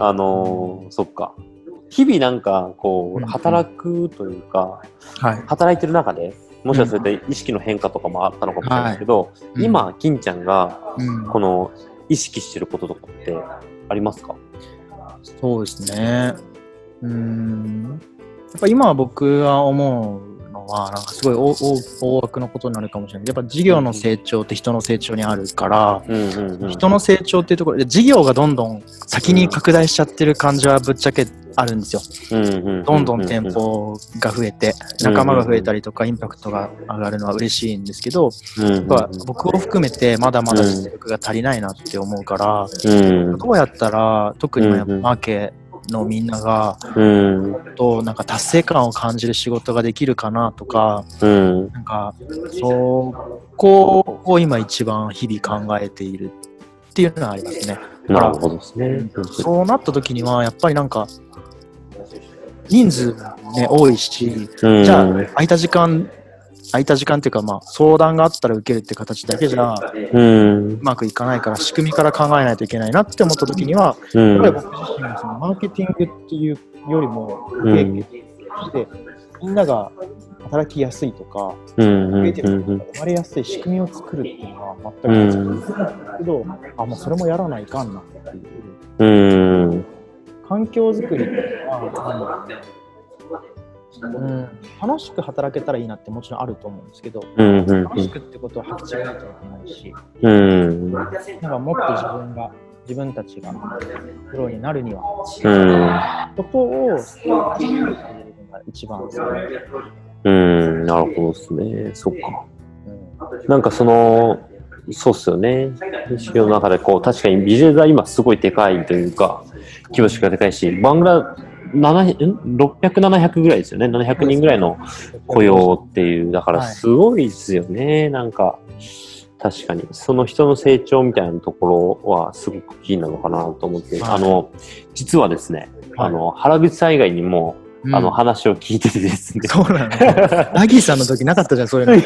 そっか。日々なんかこう、 うん働くというか、 はい。 働いてる中で、もしかすると意識の変化とかもあったのかもしれないですけど、 うん今、金ちゃんが、 うんこの、意識してることとかってありますか？ そうですね。やっぱ今僕は思うのは、なんかすごい大枠のことになるかもしれない。やっぱ事業の成長って人の成長にあるから、人の成長っていうところで、事業がどんどん先に拡大しちゃってる感じはぶっちゃけあるんですよ。どんどん店舗が増えて、仲間が増えたりとか、インパクトが上がるのは嬉しいんですけど、やっぱ僕を含めてまだまだ実力が足りないなって思うから、どうやったら、特にマーケのみんなが、なんか達成感を感じる仕事ができるかなとか、なんか、そこを今一番日々考えているっていうのはありますね。 なるほどですね。 そうなった時には、やっぱりなんか、人数もね、多いし、じゃあ、空いた時間っていうか、まあ、相談があったら受けるって形だけじゃ、うまくいかないから、仕組みから考えないといけないなって思った時には、やっぱり僕自身がそのマーケティングっていうよりも、でみんなが働きやすいとか、生まれやすい仕組みを作るっていうのは全く違うんですけど、もうそれもやらないかんなっていう。環境づくりっていうのは、楽しく働けたらいいなってもちろんあると思うんですけど、楽しくってことは履き違えちゃいけないし、なんかもっと自分たちがプロになるには、そこをしているのが一番ですね。 なるほどですね。そっか。なんかそうっすよね。市場の中で確かにビジネスは今すごいでかいというか、規模がでかいし、バングラ600、700ぐらいですよね。700人ぐらいの雇用っていう、だからすごいですよね。なんか、確かに、その人の成長みたいなところはすごくキーなのかなと思って、実はですね、原口さん以外にも、話を聞いててですね。 そうなの。ラギーさんの時なかったじゃん、そういうの。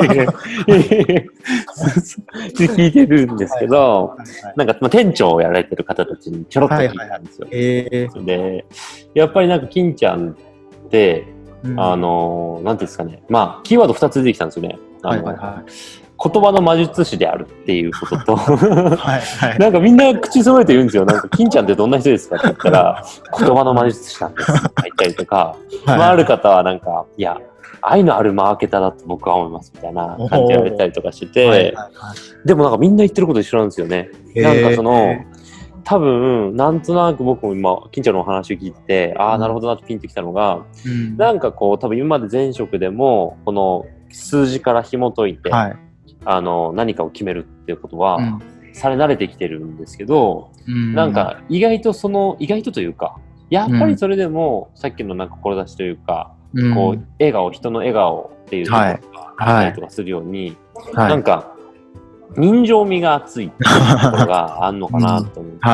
聞いてるんですけど、なんか、店長をやられてる方たちにちょろっと聞いたんですよ。で、やっぱりなんか、金ちゃんって、なんていうんですかね、まあ、キーワード2つ出てきたんですよね。言葉の魔術師であるっていうこととなんかみんな口揃えて言うんですよ。なんか金ちゃんってどんな人ですかって言ったら言葉の魔術師なんですって言ったりとか、まあ、ある方はなんかいや愛のあるマーケターだと僕は思いますみたいな感じで言われたりとかしてて、でもなんかみんな言ってること一緒なんですよね。なんか多分なんとなく僕も今金ちゃんのお話を聞いてなるほどなってピンときたのが、なんか多分今まで前職でもこの数字から紐解いて、何かを決めるっていうことは、され慣れてきてるんですけど、なんか意外とというか、やっぱりそれでも、さっきのなんか志というか、人の笑顔っていうところがあったりとかするように、なんか、人情味が熱いっていうところがあるのかなと思って、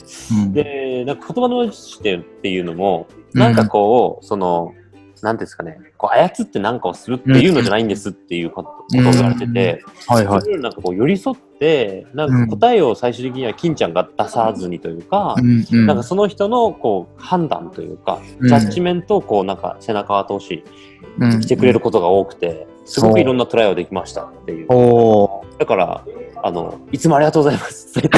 で、なんか言葉の魔術師っていうのも、なんかなんですかね、操って何かをするっていうのじゃないんですっていうことを言われてて、なんか寄り添って、なんか答えを最終的には金ちゃんが出さずにというか、なんかその人の判断というか、ジャッジメントをなんか背中を通ししてくれることが多くて、すごくいろんなトライをできましたっていう。だから、いつもありがとうございます。そう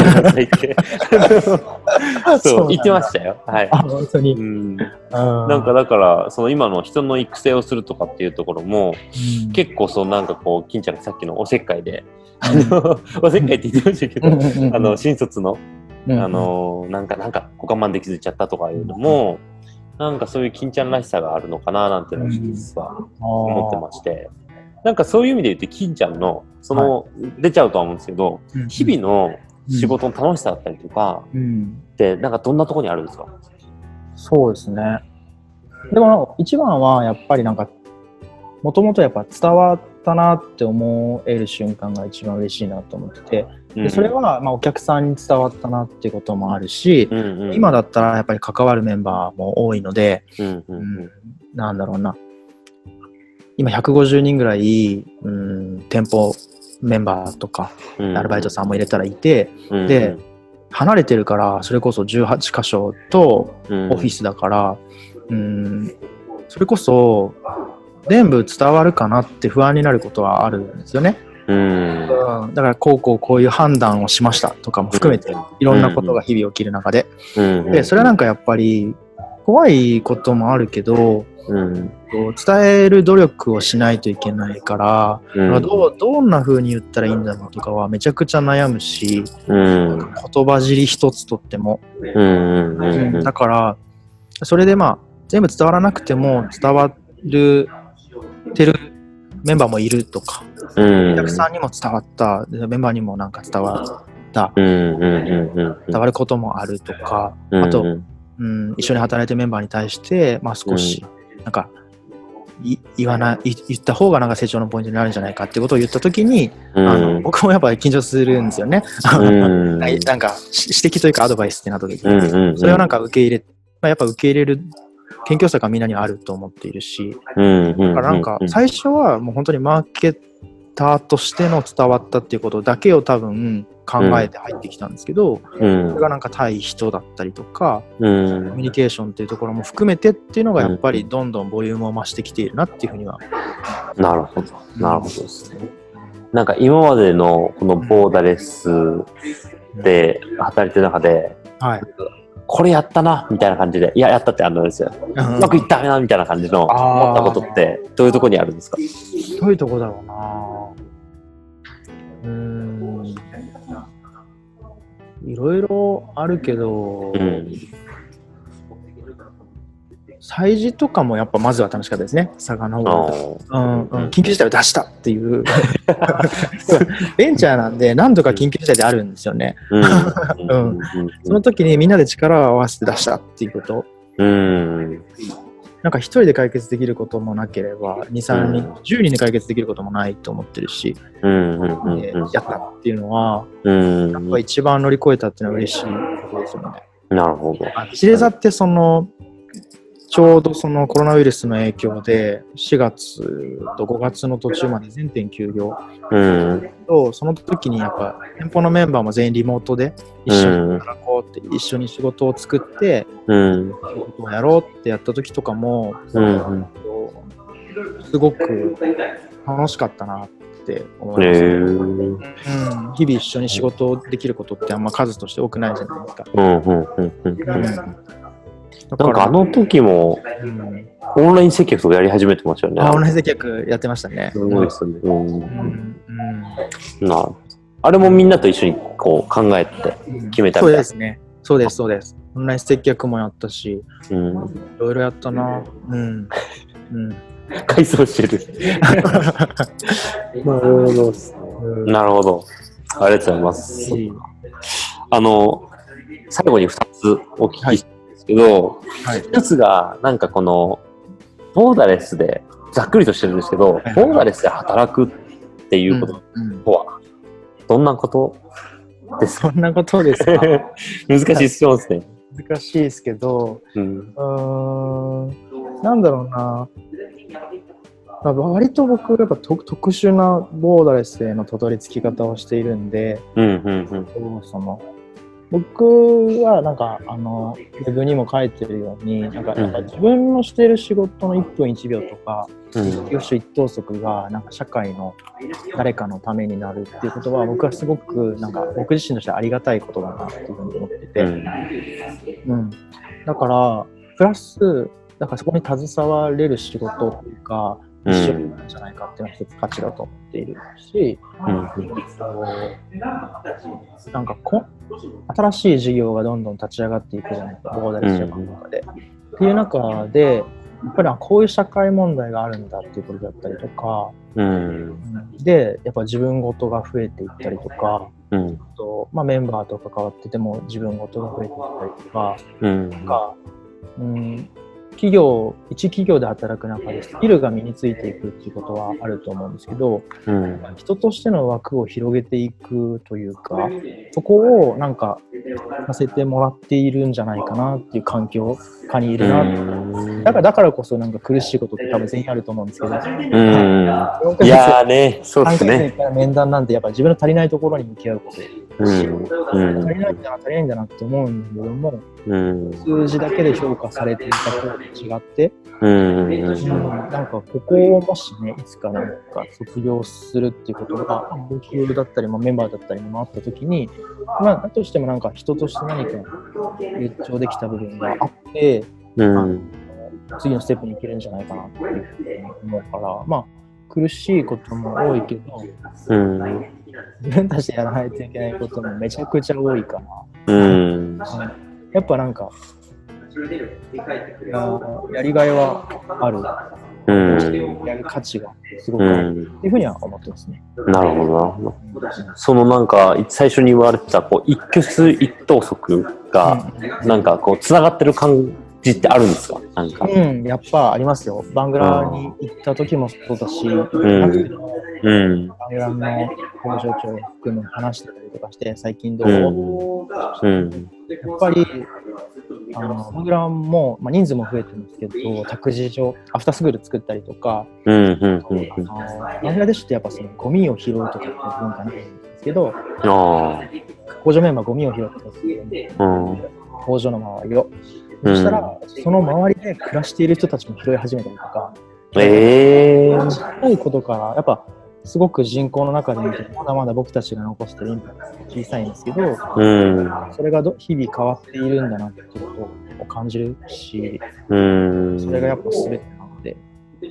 言ってましたよ。はい。 本当に。 なんかだから、今の人の育成をするとかっていうところも、結構なんか金ちゃんがさっきのおせっかいで、おせっかいって言ってましたけど、新卒の、なんか我慢できずちゃったとかいうのも、なんかそういう金ちゃんらしさがあるのかななんていうのを実は思ってまして、なんかそういう意味で言って金ちゃんの出ちゃうとは思うんですけど、日々の仕事の楽しさだったりとかってなんかどんなところにあるんですか？ そうですね。でも一番はやっぱりなんかもともとやっぱ伝わったなって思える瞬間が一番嬉しいなと思ってて、でそれはまあお客さんに伝わったなっていうこともあるし、今だったらやっぱり関わるメンバーも多いので、なんだろうな、今150人ぐらい、店舗メンバーとかアルバイトさんも入れたらいて、で離れてるから、それこそ18箇所とオフィスだから、それこそ全部伝わるかなって不安になることはあるんですよね。だからこういう判断をしましたとかも含めて、いろんなことが日々起きる中で、でそれはなんかやっぱり怖いこともあるけど、伝える努力をしないといけないから、どんな風に言ったらいいんだろうとかはめちゃくちゃ悩むし、言葉尻一つとっても、だからそれで全部伝わらなくても伝わるてるメンバーもいるとか、お客さんにも伝わった、メンバーにもなんか伝わった、伝わることもあるとか、あと、一緒に働いてるメンバーに対して、少しなんか言った方がなんか成長のポイントになるんじゃないかってことを言ったときに、僕もやっぱり緊張するんですよね。なんか指摘というかアドバイスってなった時に、それをなんか受け入れ、やっぱ受け入れる謙虚さがみんなにあると思っているし、だからなんか最初はもう本当にマーケッターとしての伝わったっていうことだけを多分考えて入ってきたんですけど、それがなんか対人だったりとか、コミュニケーションっていうところも含めてっていうのがやっぱりどんどんボリュームを増してきているなっていうふうには。 なるほど、なるほどですね。なんか今までのこのボーダレスで働いてる中で、これやったなみたいな感じで、やったってですよ。うまくいったなみたいな感じの思ったことってどういうところにあるんですか？ どういうところだろうな。いろいろあるけど、催事とかもやっぱまずは楽しかったですね。緊急事態を出したっていうベンチャーなんで何度か緊急事態であるんですよね。その時にみんなで力を合わせて出したっていうこと、なんか一人で解決できることもなければ2、3人、10人で解決できることもないと思ってるし、やったっていうのはやっぱ一番乗り越えたっていうのは嬉しいことですよね。 なるほど。 知れざってちょうどそのコロナウイルスの影響で4月と5月の途中まで全店休業、その時にやっぱ店舗のメンバーも全員リモートで一緒に働こうって、一緒に仕事を作って、仕事をやろうってやった時とかも、すごく楽しかったなって思います。日々一緒に仕事をできることってあんま数として多くないじゃないですか。 なんかあの時もオンライン接客とかやり始めてましたよね。 オンライン接客やってましたね。 すごいですね。あれもみんなと一緒にこう考えて決めたみたいな。 そうですね。そうです。オンライン接客もやったし、いろいろやったな。 改装してる。なるほど。なるほど。ありがとうございます。最後に2つお聞きしてけど、一つがなんかこのボーダレスでざっくりとしてるんですけど、ボーダレスで働くっていうこととはどんなことですか？ そんなことですか？ 難しい質問ですね。 難しいですけど、なんだろうな。割と僕やっぱ特殊なボーダレスへのたどり着き方をしているんで、僕はなんかウェブにも書いてるように、なんか自分のしている仕事の1分1秒とか、一挙手一投足がなんか社会の誰かのためになるっていうことは、僕はすごくなんか僕自身としてありがたいことだなっていうふうに思ってて、だからプラスだからそこに携われる仕事っていうか一緒になるんじゃないかっていうのは一つ価値だと思っているし、なんか新しい事業がどんどん立ち上がっていくじゃないですか、ボーダレスジャパンの中で。っていう中で、やっぱりこういう社会問題があるんだっていうことだったりとか、で、やっぱ自分ごとが増えていったりとか、メンバーと関わってても自分ごとが増えていったりとか、一企業で働く中でスキルが身についていくっていうことはあると思うんですけど、人としての枠を広げていくというか、そこをなんかさせてもらっているんじゃないかなっていう環境下にいるな。だからこそなんか苦しいことって多分全員あると思うんですけど、いやーね、そうですね。 面談なんてやっぱ自分の足りないところに向き合うこと足りないんだなって思うんだけども、数字だけで評価されていた方と違って、なんかここをもしね、いつかなんか卒業するっていうことが、僕だったり、メンバーだったりにもあったときに、だとしてもなんか人として何か成長できた部分があって、次のステップに行けるんじゃないかなっていうふうに思うから、苦しいことも多いけど、自分たちでやらないといけないこともめちゃくちゃ多いから、やっぱなんかやりがいはある、やる価値がすごくあるっていうふうには思ってますね。 なるほどなるほど。そのなんか最初に言われてたこう一挙手一投足がなんかこうつながってる感じってあるんですか？なんかやっぱありますよ。バングラに行った時もそうだし、バングラの工場長を含む話してたりとかして、最近どう？やっぱりバングラも、人数も増えてるんですけど、託児所、アフタースクール作ったりとか、バングラデシュってやっぱそのゴミを拾うとかっていう文化なんですけど、工場メンバーゴミを拾ってるんですけど、工場の周りを。そしたら、その周りで暮らしている人たちも拾い始めたりとか、小さいことから、やっぱすごく人口の中で見て、まだまだ僕たちが残してるインパクトは小さいんですけど、それが日々変わっているんだなっていうことを感じるし、それがやっぱ全てなので。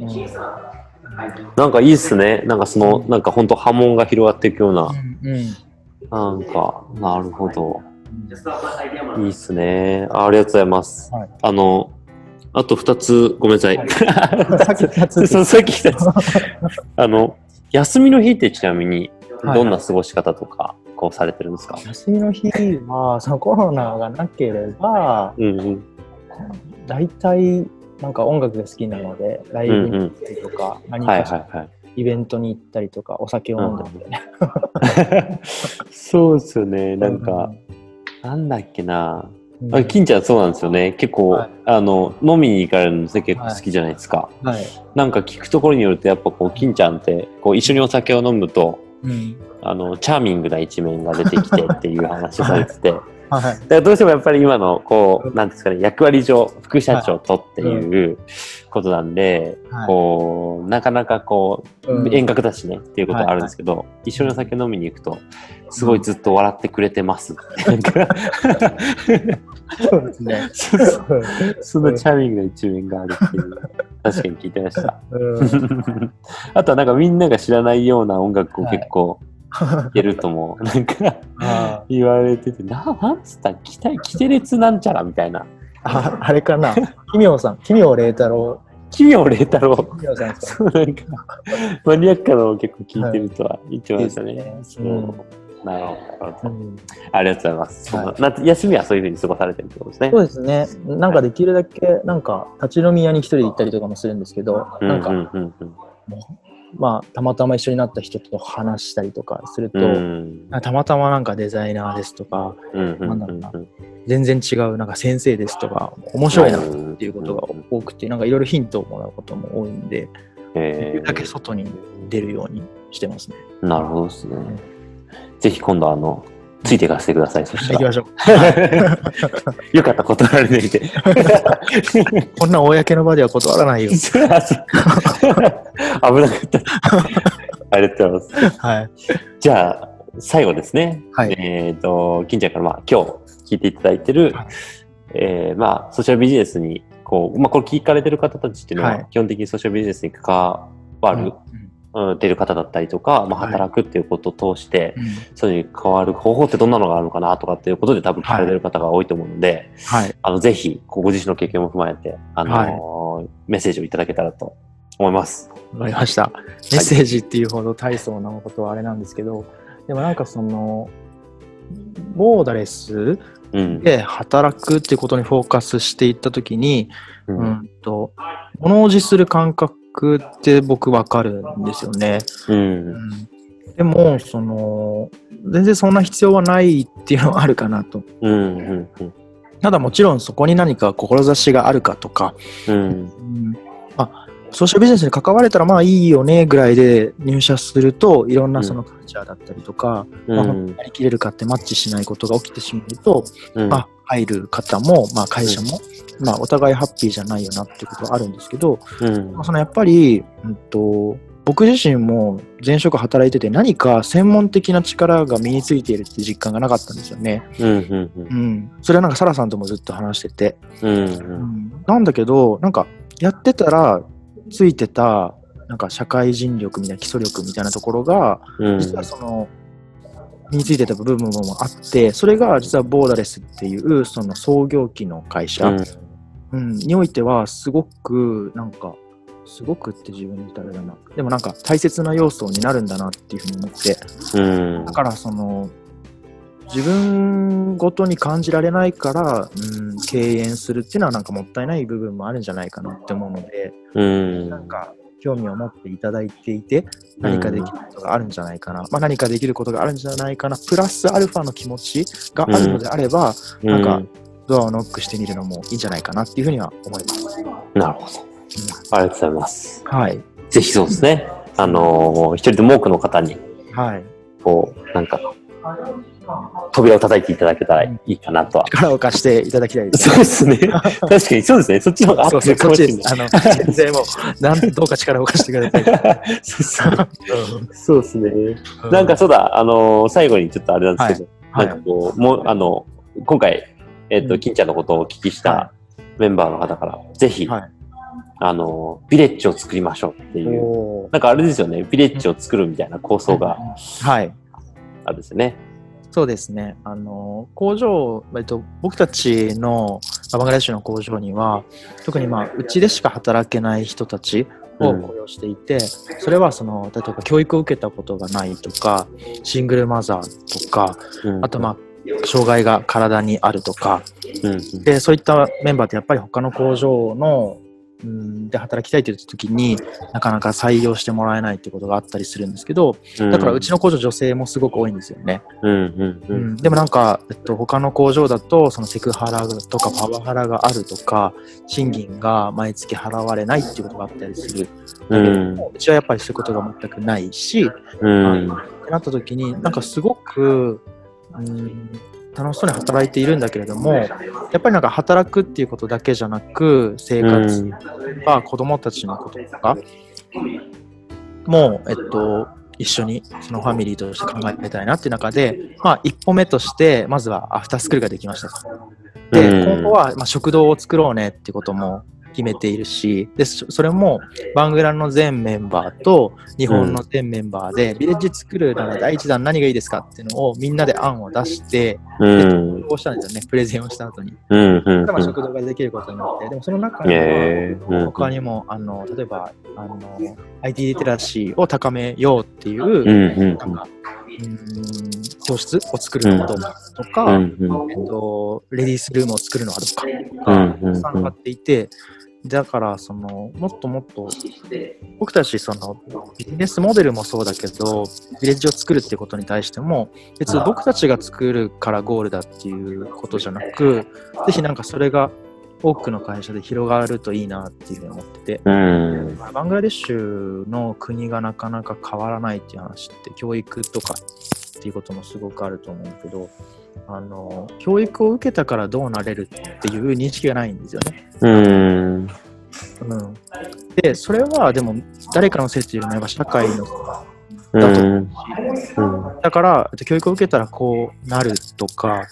なんかいいっすね。なんかその、なんか本当波紋が広がっていくような。なんか、なるほど。いいっすね。ありがとうございます。あと2つ、ごめんなさい。さっき2つ。休みの日ってちなみに、どんな過ごし方とか、こうされてるんですか？ 休みの日は、そのコロナがなければ、大体、なんか音楽が好きなので、ライブに行ったりとか、何かしらイベントに行ったりとか、お酒を飲んでみたいな。 そうですよね。なんか、なんだっけな。金ちゃんそうなんですよね。結構、飲みに行かれるの結構好きじゃないですか。なんか聞くところによると、やっぱこう、金ちゃんって、こう、一緒にお酒を飲むと、チャーミングな一面が出てきてっていう話をされてて、だからどうしてもやっぱり今のこうなんですかね、役割上副社長とっていうことなんで、こうなかなかこう遠隔だしねっていうことはあるんですけど、一緒にお酒飲みに行くとすごいずっと笑ってくれてますそうですね。 そのチャーミングな一面があるっていう確かに聞いてました。あとはなんかみんなが知らないような音楽を結構いけるともなんか言われてて、なんつったキテレツなんちゃらみたいな。 あれかな。奇妙麗太郎。 奇妙麗太郎。そうなんかマニアックなのを結構聞いてるとは言ってましたね。なるほど。ありがとうございます。休みはそういう風に過ごされてるってことですね。 そうですね。なんかできるだけなんか立ち飲み屋に一人で行ったりとかもするんですけど、なんかたまたま一緒になった人と話したりとかすると、たまたまなんかデザイナーですとか、全然違うなんか先生ですとか、面白いなっていうことが多くて、なんかいろいろヒントをもらうことも多いんで、できるだけ外に出るようにしてますね。 なるほどですね。ぜひ今度ついていかせてください。そしたら。 行きましょう。 よかった断られないで。 こんな公の場では断らないよ。 危なかった。ありがとうございます。じゃあ最後ですね。金ちゃんから今日聞いていただいてる、ソーシャルビジネスにこれ聞かれてる方たちっていうのは基本的にソーシャルビジネスに関わる。出る方だったりとか、働くっていうことを通して、それに変わる方法ってどんなのがあるのかなとかっていうことで多分聞かれてる方が多いと思うので、ぜひご自身の経験も踏まえて、メッセージをいただけたらと思います。 わかりました。メッセージっていうほど大層なことはあれなんですけど、でもなんかそのボーダレスで働くっていうことにフォーカスしていったときに、物おじする感覚って僕わかるんですよね。でも全然そんな必要はないっていうのはあるかなと。ただもちろんそこに何か志があるかとか、 ソーシャルビジネスに関われたらまあいいよねぐらいで入社すると、いろんなそのカルチャーだったりとか、まあ、本当にやりきれるかってマッチしないことが起きてしまうと、まあ、入る方も、まあ、会社も、まあ、お互いハッピーじゃないよなっていうことはあるんですけど、まあ、そのやっぱり、僕自身も前職働いてて何か専門的な力が身についているっていう実感がなかったんですよね。それはなんかサラさんともずっと話してて、なんだけどなんかやってたらついてたなんか社会人力みたいな基礎力みたいなところが、実はその身についてた部分もあって、それが実はボーダレスっていうその創業期の会社、においてはすごくなんかすごくって自分で言ったらあれだな。でもなんか大切な要素になるんだなっていうふうに思って。だからその自分ごとに感じられないから、敬遠するっていうのはなんかもったいない部分もあるんじゃないかなって思うので、なんか興味を持っていただいていて何かできることがあるんじゃないかな、まあ、何かできることがあるんじゃないかなプラスアルファの気持ちがあるのであれば、なんかドアをノックしてみるのもいいんじゃないかなっていうふうには思います。 なるほど。ありがとうございます。 はい。 ぜひそうですね。一人でも多くの方に、 はい。 こう、なんか、扉を叩いていただけたらいいかなとは。 力を貸していただきたいですね。そうですね。確かにそうですね。そっちの方が合ってるかもしれない。 全然もう、どうか力を貸してください。 そうですね。なんかそうだ、最後にちょっとあれなんですけど、なんかこう、今回、金ちゃんのことをお聞きしたメンバーの方から、ぜひ、ビレッジを作りましょうっていう、なんかあれですよね、ビレッジを作るみたいな構想があるんですよね。 そうですね。工場、僕たちのバングラデシュの工場には、特にうちでしか働けない人たちを雇用していて、それは例えば教育を受けたことがないとか、シングルマザーとか、あと障害が体にあるとか、でそういったメンバーってやっぱり他の工場ので働きたいという時になかなか採用してもらえないってことがあったりするんですけど、だからうちの工場女性もすごく多いんですよね。でもなんか、他の工場だとそのセクハラとかパワハラがあるとか賃金が毎月払われないっていうことがあったりする。うちはやっぱりそういうことが全くないし、ってなった時になんかすごく楽しそうに働いているんだけれども、やっぱりなんか働くっていうことだけじゃなく、生活は子供たちのこととかも一緒にそのファミリーとして考えたいなっていう中で、一歩目としてまずはアフタースクールができましたと。で、今後は食堂を作ろうねっていうことも決めているし、でそれもバングラの全メンバーと日本の全メンバーで、ビレッジ作るなら第一弾何がいいですかっていうのをみんなで案を出して、でこうしたんですよね、プレゼンをした後に。食堂ができることになって、でもその中には他にも例えばIT リテラシーを高めようっていうなんか教室を作るのはどうかとか、レディースルームを作るのはどうかとか参加っていて、だからもっともっと僕たちビジネスモデルもそうだけどビレッジを作るっていうことに対しても別に僕たちが作るからゴールだっていうことじゃなく、ぜひなんかそれが多くの会社で広がるといいなっていうふうに思ってて、バングラデシュの国がなかなか変わらないっていう話って教育とかっていうこともすごくあると思うけど、教育を受けたからどうなれるっていう認識がないんですよね。でそれはでも誰かのせいっていうのは社会のだと思うし、だから教育を受けたらこうなるとか、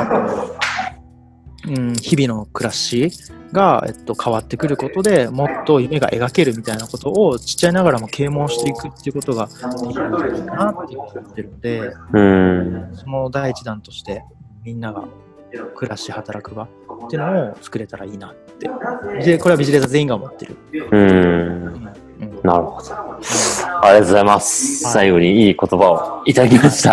日々の暮らしが、変わってくることでもっと夢が描けるみたいなことをちっちゃいながらも啓蒙していくっていうことができるんじゃないかなっていうふうに思ってるので、その第一弾としてみんなが暮らし働く場っていうのを作れたらいいなって、でこれはビジネス全員が思ってる。 なるほど。ありがとうございます。最後にいい言葉をいただきました。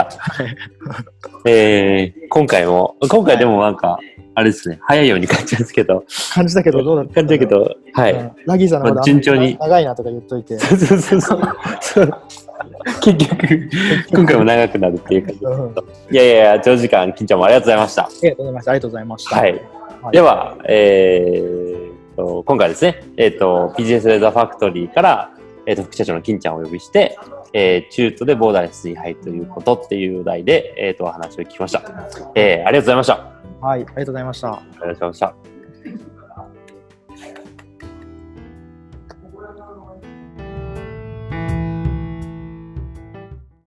今回でもなんか、あれですね、早いように感じますけど。 感じたけど、どうだった？ 感じたけど、はい。 ラギーさんのまだ順調に。 長いなとか言っといて。 そう結局、今回も長くなるっていう感じです。いや、長時間、金ちゃんもありがとうございました。 ありがとうございました。 はい。では、 今回ですね、PGS レザーファクトリーから、副社長の金ちゃんをお呼びして、中途でボーダーレスに入るということっていう題で、お話を聞きました。ありがとうございました。 はい、ありがとうございました。 ありがとうございました。